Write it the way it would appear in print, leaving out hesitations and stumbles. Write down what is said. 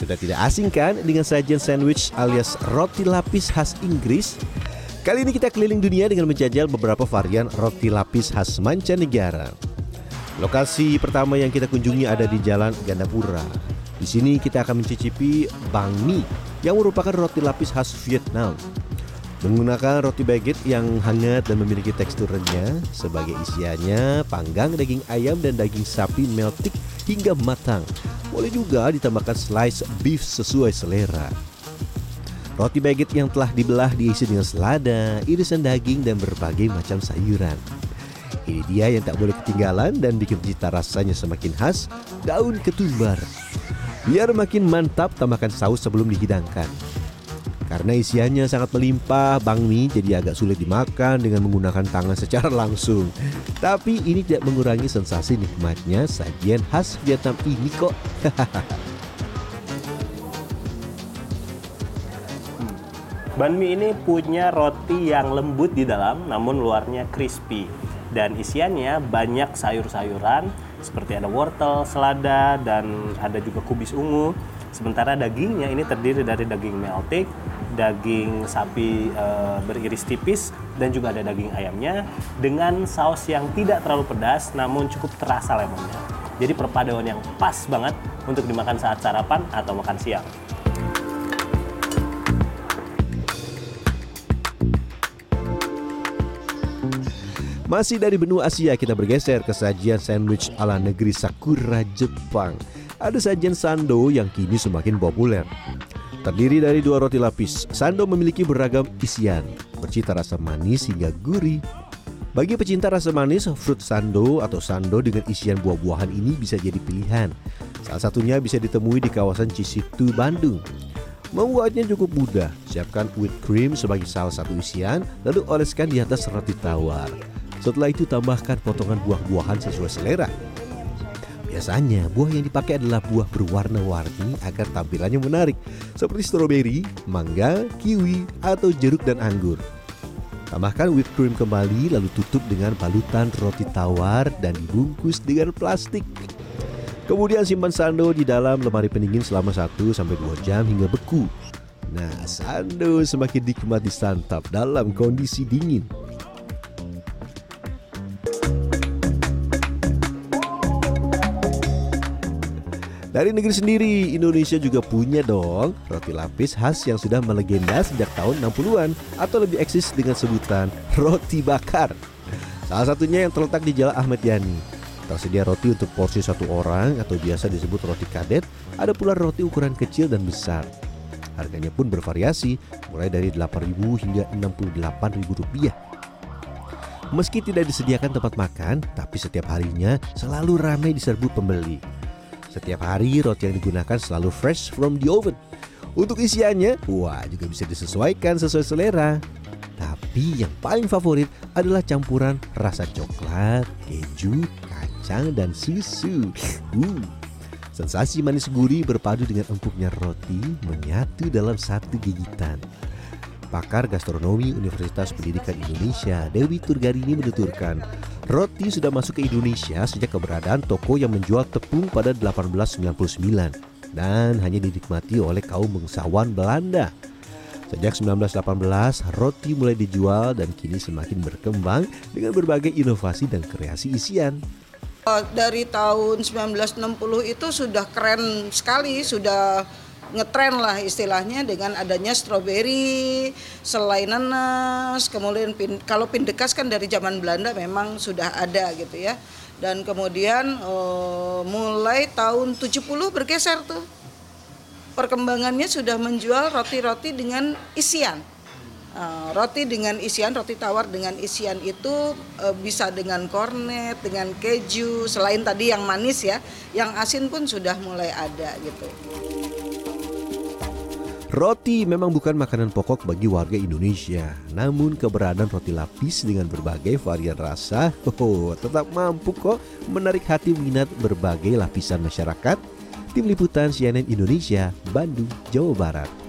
Sudah tidak asing kan dengan sajian sandwich alias roti lapis khas Inggris? Kali ini kita keliling dunia dengan menjajal beberapa varian roti lapis khas mancanegara. Lokasi pertama yang kita kunjungi ada di Jalan Gandapura. Di sini kita akan mencicipi banh mi yang merupakan roti lapis khas Vietnam. Menggunakan roti baguette yang hangat dan memiliki tekstur renyah, sebagai isiannya panggang daging ayam dan daging sapi meltik hingga matang. Boleh juga ditambahkan slice beef sesuai selera. Roti baguette yang telah dibelah diisi dengan selada, irisan daging dan berbagai macam sayuran. Ini dia yang tak boleh ketinggalan dan bikin cita rasanya semakin khas, daun ketumbar. Biar makin mantap, tambahkan saus sebelum dihidangkan. Karena isiannya sangat melimpah, banh mi jadi agak sulit dimakan dengan menggunakan tangan secara langsung. Tapi ini tidak mengurangi sensasi nikmatnya sajian khas Vietnam ini kok. Banh mi ini punya roti yang lembut di dalam, namun luarnya crispy. Dan isiannya banyak sayur-sayuran, seperti ada wortel, selada, dan ada juga kubis ungu. Sementara dagingnya ini terdiri dari daging meltik, daging sapi beriris tipis, dan juga ada daging ayamnya dengan saus yang tidak terlalu pedas namun cukup terasa lemonnya. Jadi perpaduan yang pas banget untuk dimakan saat sarapan atau makan siang. Masih dari benua Asia, kita bergeser ke sajian sandwich ala negeri Sakura, Jepang. Ada sajian sando yang kini semakin populer. Terdiri dari 2 roti lapis, sando memiliki beragam isian, bercita rasa manis hingga gurih. Bagi pecinta rasa manis, fruit sando atau sando dengan isian buah-buahan ini bisa jadi pilihan. Salah satunya bisa ditemui di kawasan Cisitu, Bandung. Membuatnya cukup mudah. Siapkan whipped cream sebagai salah satu isian, lalu oleskan di atas roti tawar. Setelah itu tambahkan potongan buah-buahan sesuai selera. Biasanya buah yang dipakai adalah buah berwarna-warni agar tampilannya menarik, seperti stroberi, mangga, kiwi, atau jeruk dan anggur. Tambahkan whipped cream kembali, lalu tutup dengan balutan roti tawar dan dibungkus dengan plastik. Kemudian simpan sando di dalam lemari pendingin selama 1-2 jam hingga beku. Nah, sando semakin nikmat disantap dalam kondisi dingin. Dari negeri sendiri, Indonesia juga punya dong roti lapis khas yang sudah melegenda sejak tahun 60-an atau lebih eksis dengan sebutan roti bakar. Salah satunya yang terletak di Jalan Ahmad Yani. Tersedia roti untuk porsi 1 orang atau biasa disebut roti kadet, ada pula roti ukuran kecil dan besar. Harganya pun bervariasi, mulai dari Rp8.000 hingga Rp68.000. Meski tidak disediakan tempat makan, tapi setiap harinya selalu ramai diserbu pembeli. Setiap hari roti yang digunakan selalu fresh from the oven. Untuk isiannya, wah juga bisa disesuaikan sesuai selera. Tapi yang paling favorit adalah campuran rasa coklat, keju, kacang, dan susu. Sensasi manis gurih berpadu dengan empuknya roti menyatu dalam satu gigitan. Pakar gastronomi Universitas Pendidikan Indonesia, Dewi Turgarini menuturkan, roti sudah masuk ke Indonesia sejak keberadaan toko yang menjual tepung pada 1899 dan hanya dinikmati oleh kaum bangsawan Belanda. Sejak 1918, roti mulai dijual dan kini semakin berkembang dengan berbagai inovasi dan kreasi isian. Dari tahun 1960 itu sudah keren sekali, sudah ngetren lah istilahnya dengan adanya stroberi, selai nanas, kemudian kalau pindekas kan dari zaman Belanda memang sudah ada gitu ya. Dan kemudian mulai tahun 70 bergeser tuh. Perkembangannya sudah menjual roti-roti dengan isian. Roti dengan isian, roti tawar dengan isian itu bisa dengan kornet, dengan keju, selain tadi yang manis ya, yang asin pun sudah mulai ada gitu. Roti memang bukan makanan pokok bagi warga Indonesia, namun keberadaan roti lapis dengan berbagai varian rasa tetap mampu kok menarik hati minat berbagai lapisan masyarakat. Tim Liputan CNN Indonesia, Bandung, Jawa Barat.